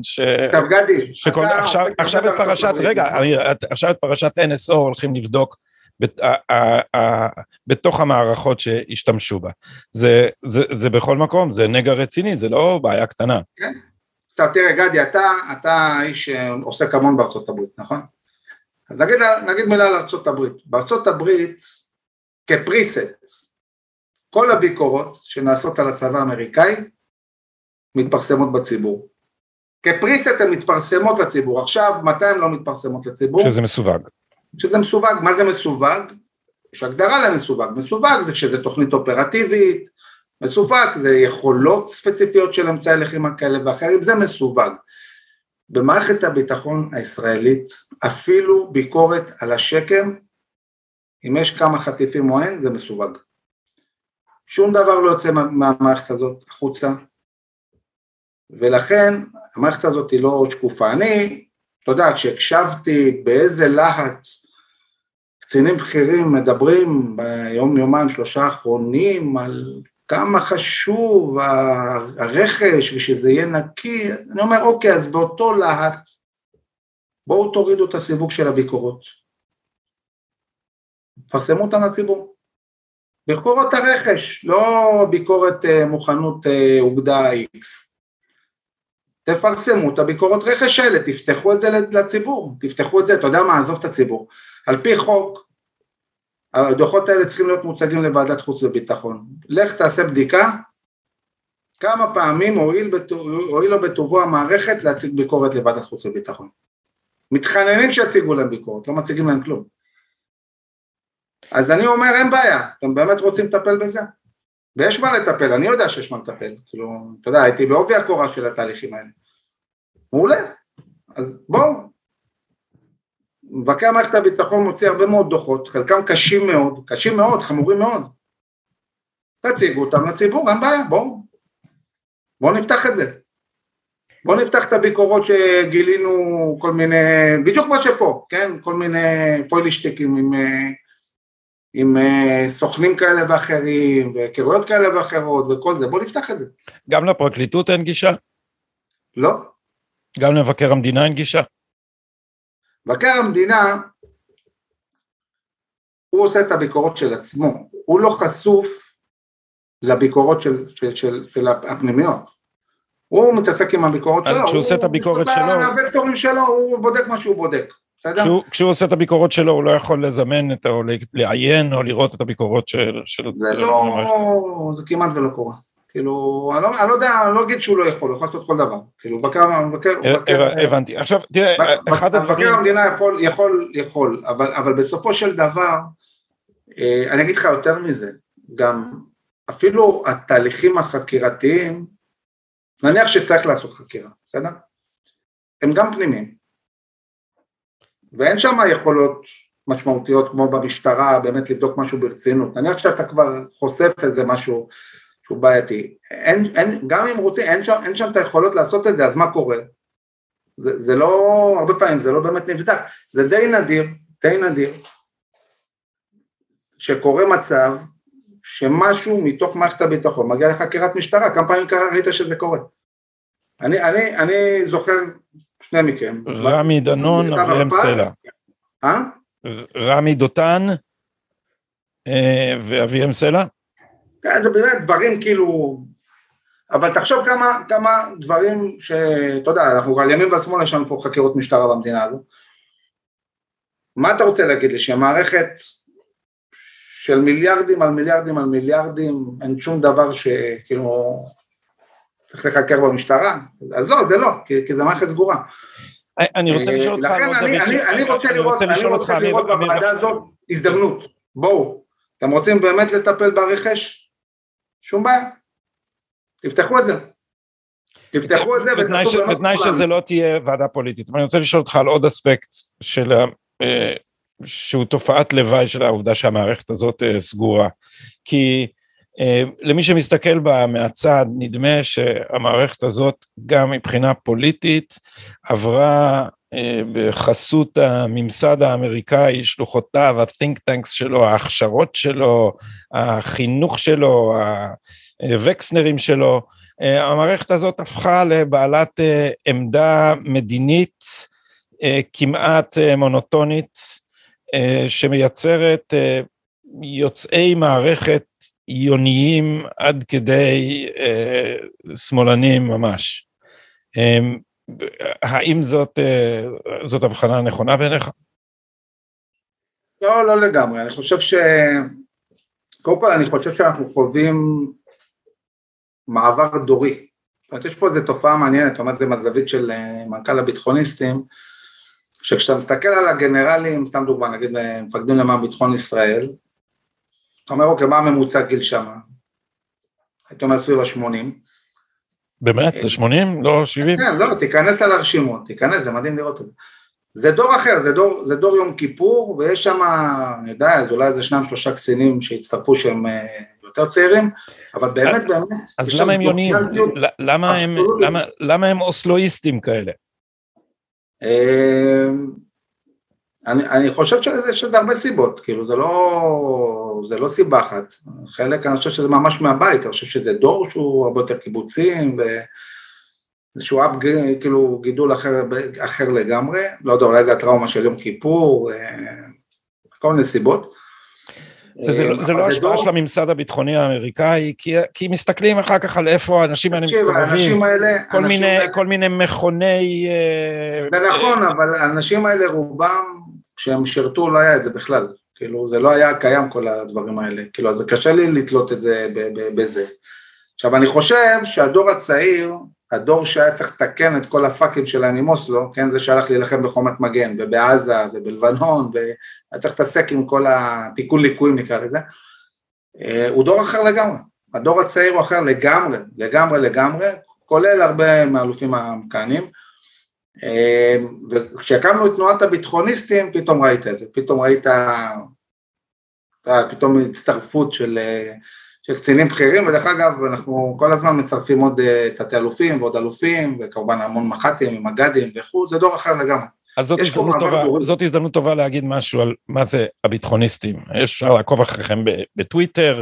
עכשיו את פרשת NSO הולכים לבדוק, בתוך המערכות שהשתמשו בה. זה בכל מקום, זה נגע רציני, זה לא בעיה קטנה. כן. עכשיו תראה גדי, אתה איש עושה כמון בארצות הברית, נכון? אז נגיד מילה על ארצות הברית. בארצות הברית, כפריסט, כל הביקורות שנעשות על הצבא האמריקאי, מתפרסמות בציבור. כפריסט הן מתפרסמות לציבור. עכשיו, מתי הן לא מתפרסמות לציבור? שזה מסווג. שזה מסווג, מה זה מסווג? יש הגדרה למסווג, מסווג זה כשזה תוכנית אופרטיבית, מסווג זה יכולות ספציפיות של אמצעי לחימה כאלה ואחרים, זה מסווג. במערכת הביטחון הישראלית, אפילו ביקורת על השקם, אם יש כמה חטיפים או אין, זה מסווג. שום דבר לא יוצא מהמערכת הזאת החוצה, ולכן המערכת הזאת היא לא שקופה. אני, אתה יודע, כשהקשבתי באיזה להט, קצינים בכירים מדברים ביום יומיים 3 האחרונים על כמה חשוב הרכש ושזה יהיה נקי, אני אומר אוקיי, אז באותו להט, בואו תורידו את הסיווג של הביקורות, פרסמו אותם לציבור, ביקורות הרכש, לא ביקורת מוכנות אוגדה X, תפרסמו את הביקורות רכש האלה, תפתחו את זה לציבור, תפתחו את זה, אתה יודע מה, עזוב את הציבור, על פי חוק, הדוחות האלה צריכים להיות מוצגים לוועדת חוץ וביטחון, לך תעשה בדיקה, כמה פעמים הועיל לו בטובו המערכת להציג ביקורת לוועדת חוץ וביטחון, מתחננים שיציגו להם ביקורת, לא מציגים להם כלום, אז אני אומר אין בעיה, אתם באמת רוצים לטפל בזה? ויש מה לטפל, אני יודע שיש מה לטפל, כאילו, אתה יודע, הייתי בעובי הקורה של התהליכים האלה, מעולה, אז בואו, מבקר מערכת הביטחון מוציא הרבה מאוד דוחות, חלקם קשים מאוד, חמורים מאוד, תציגו אותם לציבור, אין בעיה, בואו נפתח את זה, בואו נפתח את הביקורות שגילינו כל מיני, בדיוק מה שפה, כן, כל מיני פוילשטיקים עם סוכנים כאלה ואחרים, והיכרויות כאלה ואחרות, וכל זה, בואו נפתח את זה. גם לפרקליטות אין גישה? לא. גם למבקר המדינה אין גישה? מבקר המדינה, הוא עושה את הביקורות של עצמו, הוא לא חשוף לביקורות של הפנימיות, הוא מתעסק עם הביקורות שלו, אז כשהוא עושה את הביקורת שלו, הוקטורים שלו, הוא בודק מה שהוא בודק, בסדר? כשהוא עושה את הביקורות שלו, הוא לא יכול לזמן או לעיין או לראות את הביקורות של... זה לא, זה כמעט ולא קורה. כאילו, אני לא יודע, אני לא אגיד שהוא לא יכול לעשות כל דבר. כאילו, הבנתי. עכשיו, תראה, אחד הדברים... מבקר המדינה יכול, אבל בסופו של דבר, אני אגיד לך יותר מזה, גם אפילו התהליכים החקירתיים, נניח שצריך לעשות חקירה, בסדר? הם גם פנימיים. ואין שם יכולות משמעותיות כמו במשטרה, באמת לבדוק משהו ברצינות. נניח שאתה כבר חושף איזה משהו שהוא בעייתי. גם אם רוצים, אין שם את היכולות לעשות את זה, אז מה קורה? זה לא, הרבה פעמים זה לא באמת נבדק. זה די נדיר, שקורה מצב שמשהו מתוך מערכת הביטחון מגיע לחקירת משטרה, כמה פעמים ראית שזה קורה. אני זוכר שני מקרים. רמי דנון, אביהם סלע. רמי דותן ואביהם סלע? כן, זה באמת דברים כאילו, אבל תחשוב כמה דברים שאתה יודע, אנחנו על ימין והשמאל יש לנו פה חקירות משטרה במדינה הזו. מה אתה רוצה להגיד לי? שהמערכת של מיליארדים על מיליארדים על מיליארדים, אין שום דבר שכאילו צריך לחקר במשטרה? אז לא, זה לא, כי זה מערכת סגורה. אני רוצה לשאול אותך, אני רוצה לראות בוועדה הזאת הזדמנות, בואו, אתם רוצים באמת לטפל ברכש? שום בעיה, תפתחו את זה. בתנאי שזה לא תהיה ועדה פוליטית, אבל אני רוצה לשאול אותך על עוד אספקט שהוא תופעת לוואי של העובדה שהמערכת הזאת סגורה, כי למי שמסתכל בה מהצד, נדמה שהמערכת הזאת גם מבחינה פוליטית עברה בחסות הממסד האמריקאי, שלוחותיו, ה-think tanks שלו, ההכשרות שלו, החינוך שלו, הווקסנרים שלו, המערכת הזאת הפכה לבעלת עמדה מדינית כמעט מונוטונית, שמייצרת יוצאי מערכת עיוניים עד כדי שמאלנים ממש. האם זאת הבחנה נכונה בעיניך? לא לגמרי, אני חושב קודם כל אני חושב שאנחנו חווים מעבר דורי, יש פה איזו תופעה מעניינת, זאת אומרת זה מהזווית של מנכ"ל הביטחוניסטים, שכשאתה מסתכל על הגנרלים, סתם דוגמה, נגיד מפקדים למען ביטחון ישראל, אתה אומר, אוקיי, מה הממוצע גיל שם? הייתי אומר סביב ה-80. באמת? זה 80? לא 70? כן, לא, תיכנס על הרשימות, תיכנס, זה מדהים לראות את זה. זה דור אחר, זה דור יום כיפור, ויש שם, אני יודע, אז אולי זה 2-3 קצינים שהצטרפו שהם יותר צעירים, אבל באמת, אז למה הם יונים? למה הם אוסלואיסטים כאלה? אני חושב שיש הרבה סיבות, כאילו זה לא סיבה אחת, חלק אני חושב שזה ממש מהבית, אני חושב שזה דור שהוא הרבה יותר קיבוצים, ואיזשהו כאילו גידול אחר לגמרי, לא יודע, אולי זה הטראומה של יום כיפור, כל מיני סיבות. זה לא השפעה של הממסד הביטחוני האמריקאי, כי מסתכלים אחר כך על איפה האנשים האלה מסתובבים, כל מיני מכוני... זה נכון, אבל האנשים האלה רובם, כשהם שירתו לא היה את זה בכלל, כאילו זה לא היה קיים כל הדברים האלה, כאילו אז זה קשה לי לתלות את זה בזה. עכשיו אני חושב שהדור הצעיר, הדור שהיה צריך לתקן את כל הפאקים שלהם עם אוסלו, כן, זה שהלך להילחם בחומת מגן, ובעזה, ובלבנון, והיה צריך להתעסק עם כל התיקון ליקויים נקרא לזה, הוא דור אחר לגמרי, הדור הצעיר הוא אחר לגמרי, כולל הרבה מהאלופים המכהנים, וכשהקמנו את תנועת הביטחוניסטים, פתאום ראית את זה, פתאום הצטרפות של קצינים בכירים, ודרך אגב אנחנו כל הזמן מצרפים עוד תתי אלופים ועוד אלופים, וכמובן המון מח"טים, מג"דים וכו', זה דור אחר לגמרי. אז זאת הזדמנות טובה להגיד משהו על מה זה הביטחוניסטים, אפשר לעקוב אחריכם בטוויטר,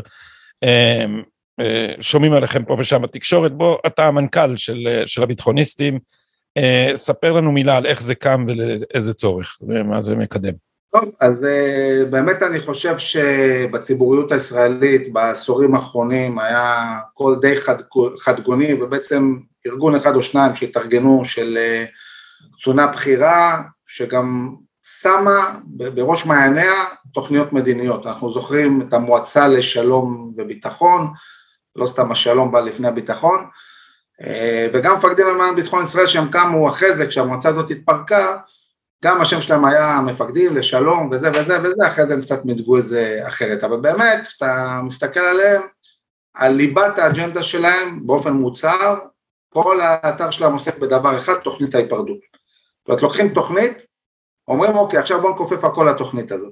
שומעים עליכם פה ושם בתקשורת, בוא אתה המנכ"ל של הביטחוניסטים, ספר לנו מילה על איך זה קם ולאיזה צורך, ומה זה מקדם. טוב, אז באמת אני חושב שבציבוריות הישראלית בעשורים האחרונים היה קול די חדגוני, ובעצם ארגון אחד או שניים שהתארגנו של קצונה בכירה, שגם שמה בראש מעייניה תוכניות מדיניות. אנחנו זוכרים את המועצה לשלום וביטחון, לא סתם השלום בא לפני הביטחון, וגם מפקדים למען ביטחון ישראל שהם קמו אחרי זה, כשהמועצה הזאת התפרקה, גם השם שלהם היה מפקדים לשלום וזה וזה וזה, אחרי זה הם קצת מדגו את זה אחרת, אבל באמת, כשאתה מסתכל עליהם, על ליבת האג'נדה שלהם באופן מוצר, כל האתר שלהם עוסק בדבר אחד, תוכנית ההיפרדות. זאת אומרת, לוקחים תוכנית, אומרים אוקיי, עכשיו בואו נכופף הכל לתוכנית הזאת.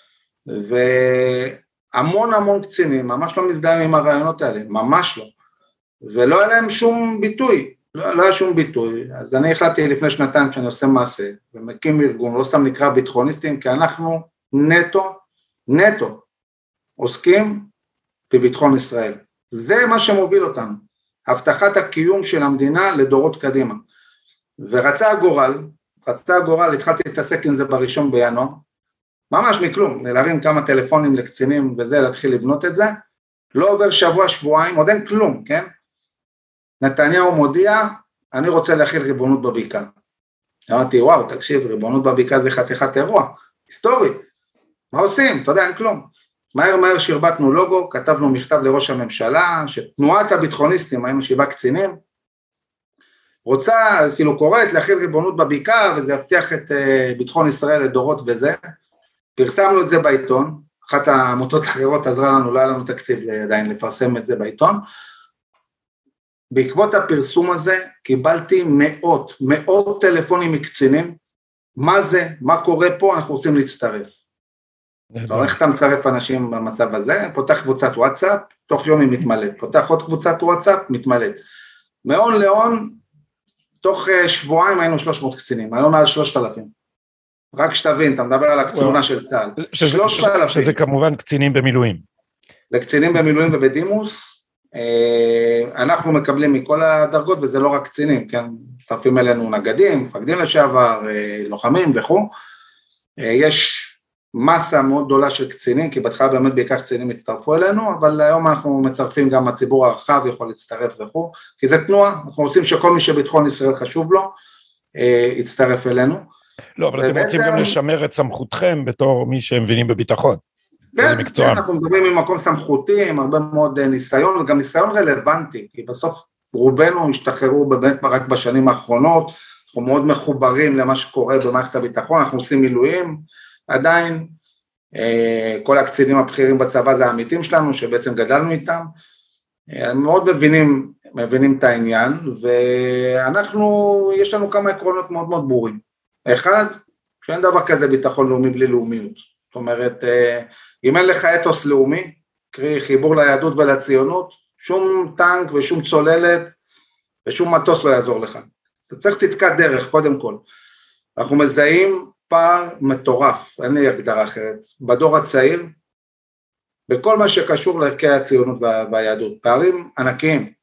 והמון קצינים, ממש לא מזדהים עם הרעיונות האלה, ממש לא. ולא היה להם שום ביטוי, לא היה שום ביטוי, אז אני החלטתי לפני שנתיים שאני עושה מעשה, ומקים ארגון, לא סתם נקרא ביטחוניסטים, כי אנחנו נטו, עוסקים בביטחון ישראל. זה מה שמוביל אותנו, הבטחת הקיום של המדינה לדורות קדימה. ורצה הגורל, התחלתי להתעסק עם זה בראשון בינואר, ממש מכלום, להרים כמה טלפונים לקצינים וזה, להתחיל לבנות את זה, לא עובר שבוע-שבועיים, עוד אין כלום, כן? נתניהו מודיע, אני רוצה להכיל ריבונות בבקעה. אמרתי, וואו, תקשיב, ריבונות בבקעה זה חתיכת אירוע, היסטורי. מה עושים? אתה יודע, אין כלום. מהר שרבטנו לוגו, כתבנו מכתב לראש הממשלה, שתנועת הביטחוניסטים, היינו 7 קצינים, רוצה, כאילו קוראת, להכיל ריבונות בבקעה, וזה יבטיח את ביטחון ישראל לדורות וזה. פרסמנו את זה בעיתון, אחת העמותות האחרות עזרה לנו, לא היה לנו תקציב עדיין לפרסם את זה בעיתון, בעקבות הפרסום הזה קיבלתי מאות טלפונים מקצינים, מה זה, מה קורה פה, אנחנו רוצים להצטרף. איך אתה מצרף אנשים במצב הזה, פותח קבוצת וואטסאפ, תוך יום היא מתמלאת, פותח עוד קבוצת וואטסאפ, מתמלאת. מהון להון, תוך שבועיים היינו 300 קצינים, היום מעל 3,000. רק שתבין, אתה מדבר על הקצונה של צה"ל. 3,000. שזה כמובן קצינים במילואים. לקצינים במילואים ובדימוס, אנחנו מקבלים מכל הדרגות, וזה לא רק קצינים, כן, מצטרפים אלינו נגדים, מפקדים לשעבר, לוחמים וכו'. יש מסה מאוד גדולה של קצינים, כי בהתחלה באמת בעיקר קצינים הצטרפו אלינו, אבל היום אנחנו מצרפים גם הציבור הרחב יכול להצטרף וכו', כי זה תנועה, אנחנו רוצים שכל מי שביטחון ישראל חשוב לו, יצטרף אלינו. לא, אבל אתם רוצים גם לשמר את סמכותכם בתור מי שמבינים בביטחון. כן, אנחנו מדברים ממקום סמכותי, עם הרבה מאוד ניסיון, וגם ניסיון רלוונטי, כי בסוף רובנו השתחררו באמת רק בשנים האחרונות, אנחנו מאוד מחוברים למה שקורה במערכת הביטחון, אנחנו עושים מילואים, עדיין כל הקצינים הבכירים בצבא זה העמיתים שלנו, שבעצם גדלנו איתם, מאוד מבינים את העניין, ואנחנו, יש לנו כמה עקרונות מאוד מאוד ברורים. אחד, שאין דבר כזה ביטחון לאומי בלי לאומיות, זאת אומרת, אם אין לך אתוס לאומי, קרי חיבור ליהדות ולציונות, שום טנק ושום צוללת ושום מטוס לא יעזור לך. אתה צריך צדקת דרך, קודם כל. אנחנו מזהים פער מטורף, אין לי הגדרה אחרת, בדור הצעיר, בכל מה שקשור לערכי הציונות והיהדות, פערים ענקיים.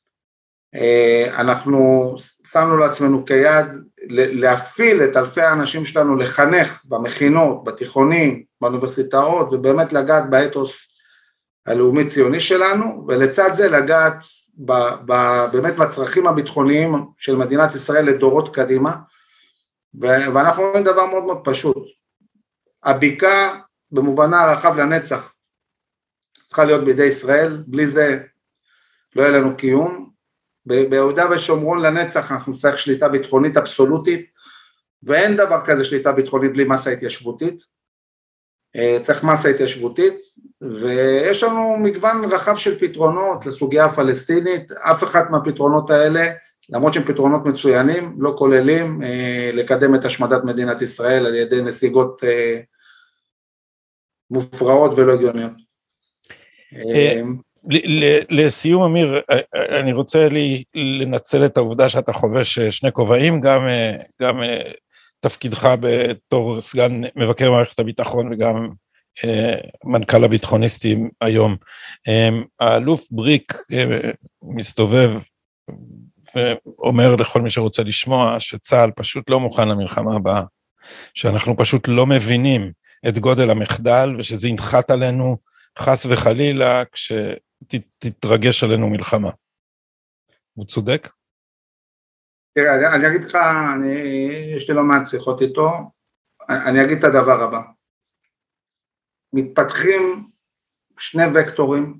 אנחנו שמנו לעצמנו כיד להפעיל את אלפי האנשים שלנו לחנך במכינות, בתיכונים, באוניברסיטאות, ובאמת לגעת באתוס הלאומי ציוני שלנו, ולצד זה לגעת באמת בצרכים הביטחוניים של מדינת ישראל לדורות קדימה, ואנחנו רואים דבר מאוד מאוד פשוט, הבקעה במובנה הרחב לנצח, צריכה להיות בידי ישראל, בלי זה לא יהיה לנו קיום, ביהודה ושומרון לנצח אנחנו צריך שליטה ביטחונית אבסולוטית, ואין דבר כזה שליטה ביטחונית בלי מסה התיישבותית, צריך מסה התיישבותית, ויש לנו מגוון רחב של פתרונות לסוגיה הפלסטינית, אף אחד מהפתרונות האלה, למרות שהם פתרונות מצוינים, לא כוללים לקדם את השמדת מדינת ישראל על ידי נסיגות מופרעות ולא הגיוניות. לסיום אמיר, אני רוצה לנצל את העובדה שאתה חובש שני כובעים, גם תפקידך בתור סגן מבקר מערכת הביטחון וגם מנכ"ל הביטחוניסטים היום. האלוף בריק מסתובב ואומר לכל מי שרוצה לשמוע שצה"ל פשוט לא מוכן למלחמה הבאה, שאנחנו פשוט לא מבינים את גודל המחדל ושזה ינחת עלינו חס וחלילה כשתתרגש עלינו מלחמה. הוא צודק? תראה, אני אגיד לך, יש לי לא מעט שיחות איתו, אני אגיד את הדבר הבא. מתפתחים שני וקטורים,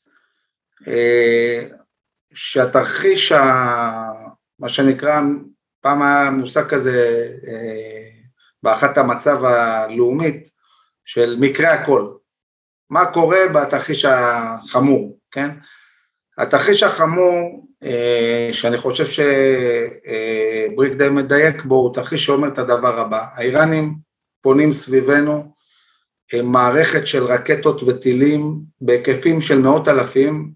שהתרחיש, מה שנקרא, פעם היה מושג כזה, באחת המצב הלאומית, של מקרה הכל. מה קורה בתרחיש החמור, כן? התרחיש החמור, שאני חושב שבריק די מדייק בו, הוא תרחיש שאומר את הדבר הבא, האיראנים פונים סביבנו, מערכת של רקטות וטילים, בהיקפים של מאות אלפים,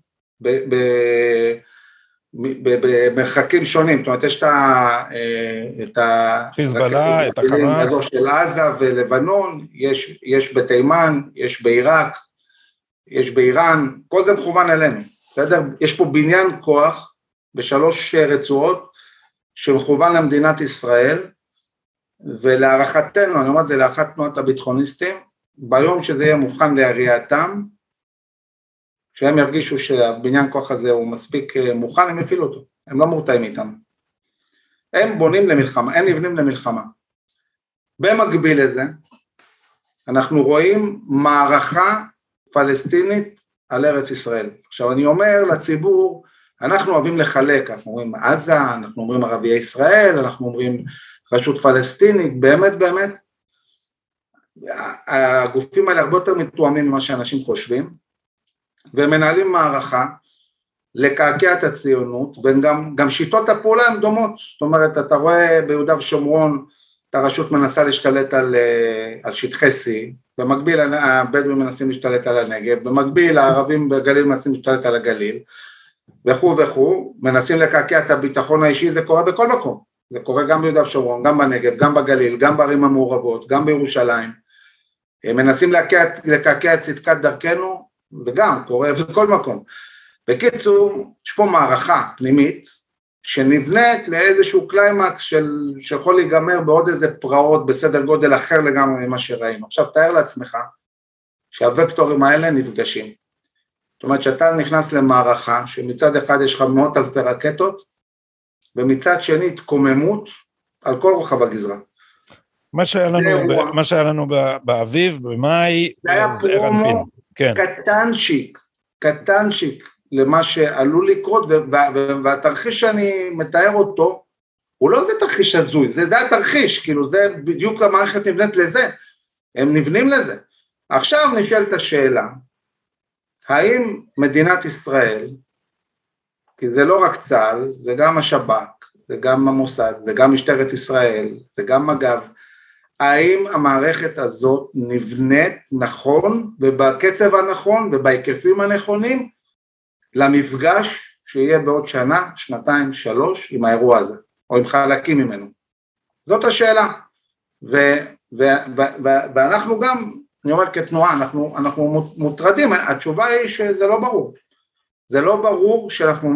במרחקים שונים, זאת אומרת, יש את חיזבאללה, את החמאס, של עזה ולבנון, יש בתימן, יש בעיראק, יש באיראן, כל זה מכוון אלינו, בסדר? יש פה בניין כוח בשלוש רצועות שמכוון למדינת ישראל, ולהערכתנו, אני אומר את זה להערכת תנועת הביטחוניסטים, ביום שזה יהיה מוכן להריעתם, שהם ירגישו שהבניין כוח הזה הוא מספיק מוכן, הם יפעילו אותו, הם לא מורתעים איתנו. הם בונים למלחמה, הם נבנים למלחמה. במקביל לזה, אנחנו רואים מערכה פלסטינית על ארץ ישראל. עכשיו אני אומר לציבור, אנחנו אוהבים לחלק, אנחנו אומרים עזה, אנחנו אומרים ערביי ישראל, אנחנו אומרים רשות פלסטינית, באמת, הגופים האלה הרבה יותר מתואמים ממה שאנשים חושבים, ומנהלים מערכה לקעקע את הציונות, וגם שיטות הפעולה הן דומות, זאת אומרת, אתה רואה ביהודה ושומרון, את הרשות מנסה להשתלט על שטחי C, במקביל הבדואים מנסים להשתלט על הנגב, במקביל הערבים בגליל מנסים להשתלט על הגליל, וכו', מנסים לקעקע את הביטחון האישי, זה קורה בכל מקום, זה קורה גם ביהודה ושומרון, גם בנגב, גם בגליל, גם בערים המעורבות, גם בירושלים, מנסים לקעקע את צדקת דרכנו, זה גם קורה בכל מקום. בקיצור, יש פה מערכה פנימית, שנבנית לאיזשהו קליימקס שיכול להיגמר בעוד איזה פרעות בסדר גודל אחר לגמרי ממה שראינו. עכשיו תאר לעצמך שהווקטורים האלה נפגשים. זאת אומרת שאתה נכנס למערכה שמצד אחד יש לך מאות אלפי רקטות, ומצד שני התקוממות על כל רוחב הגזרה. מה שהיה לנו באביב, במאי, זה היה פרומו קטנצ'יק למה שעלול לקרות, והתרחיש שאני מתאר אותו, הוא לא זה תרחיש הזוי, זה די תרחיש, כאילו זה בדיוק המערכת נבנית לזה, הם נבנים לזה. עכשיו נשאלת השאלה, האם מדינת ישראל, כי זה לא רק צה"ל, זה גם השב"כ, זה גם המוסד, זה גם משטרת ישראל, זה גם מג"ב, האם המערכת הזאת נבנית נכון ובקצב הנכון ובהיקפים הנכונים למפגש שיהיה בעוד שנה, שנתיים, 3 עם האירוע הזה, או עם חלקים ממנו. זאת השאלה, ואנחנו גם, אני אומר כתנועה, אנחנו מוטרדים, התשובה היא שזה לא ברור. זה לא ברור שאנחנו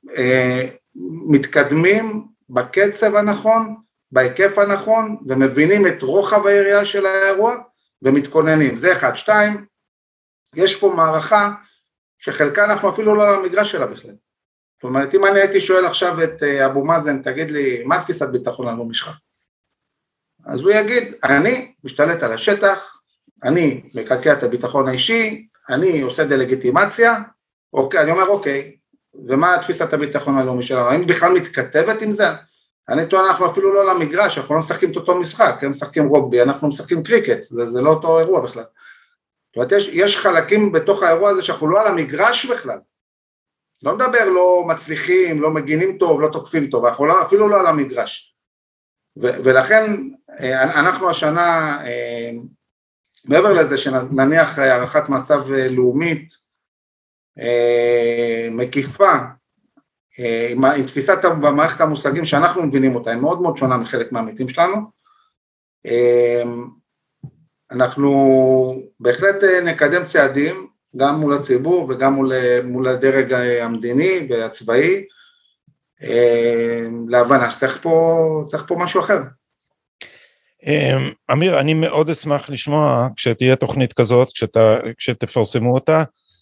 מתקדמים בקצב הנכון, בהיקף הנכון, ומבינים את רוחב היריעה של האירוע, ומתכוננים. זה אחד. שתיים, יש פה מערכה שחלקה אנחנו אפילו לא למגרש שלה בכלל. זאת אומרת, אם אני הייתי שואל עכשיו את אבו מאזן, תגיד לי, מה תפיסת ביטחון הלאומי שלך? אז הוא יגיד, אני משתלט על השטח, אני מקעקע את הביטחון האישי, אני עושה דלגיטימציה, אוקיי, אני אומר אוקיי, ומה תפיסת הביטחון הלאומי שלנו? האם בכלל מתכתבת עם זה? אני טוען, אנחנו אפילו לא למגרש, אנחנו לא משחקים את אותו משחק, הם משחקים רוגבי, אנחנו משחקים קריקט, זה לא אותו אירוע בכלל. זאת אומרת, יש חלקים בתוך האירוע הזה שאנחנו לא על המגרש בכלל. לא מדבר, לא מצליחים, לא מגינים טוב, לא תוקפים טוב, אנחנו אפילו לא על המגרש. ולכן אנחנו השנה, מעבר לזה שנניח הערכת מצב לאומית, מקיפה, עם תפיסת במערכת המושגים שאנחנו מבינים אותה, היא מאוד מאוד שונה מחלק מהעמיתים שלנו, אנחנו בהחלט נקדם צעדים, גם מול הציבור וגם מול הדרג המדיני והצבאי, להבנה שצריך פה משהו אחר. אמיר, אני מאוד אשמח לשמוע כשתהיה תוכנית כזאת, כשתפרסמו אותה,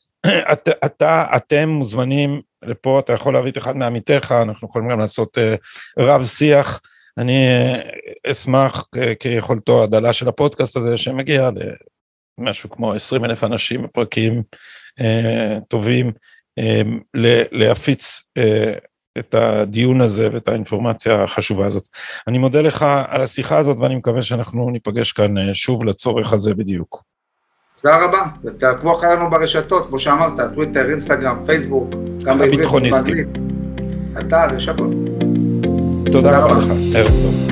אתם מוזמנים לפה, אתה יכול להביא את אחד מעמיתיך, אנחנו יכולים גם לעשות רב שיח, אני אשמח כיכולתו הדלה של הפודקאסט הזה, שמגיע למשהו כמו 20,000 אנשים בפרקים טובים, להפיץ את הדיון הזה ואת האינפורמציה החשובה הזאת. אני מודה לך על השיחה הזאת, ואני מקווה שאנחנו ניפגש כאן שוב לצורך הזה בדיוק. תודה רבה, תעקבו אחרינו ברשתות, כמו שאמרת, טוויטר, אינסטגרם, פייסבוק, גם הביטחוניסטים. אתר, יש הכל. תודה רבה לך, ערב טוב.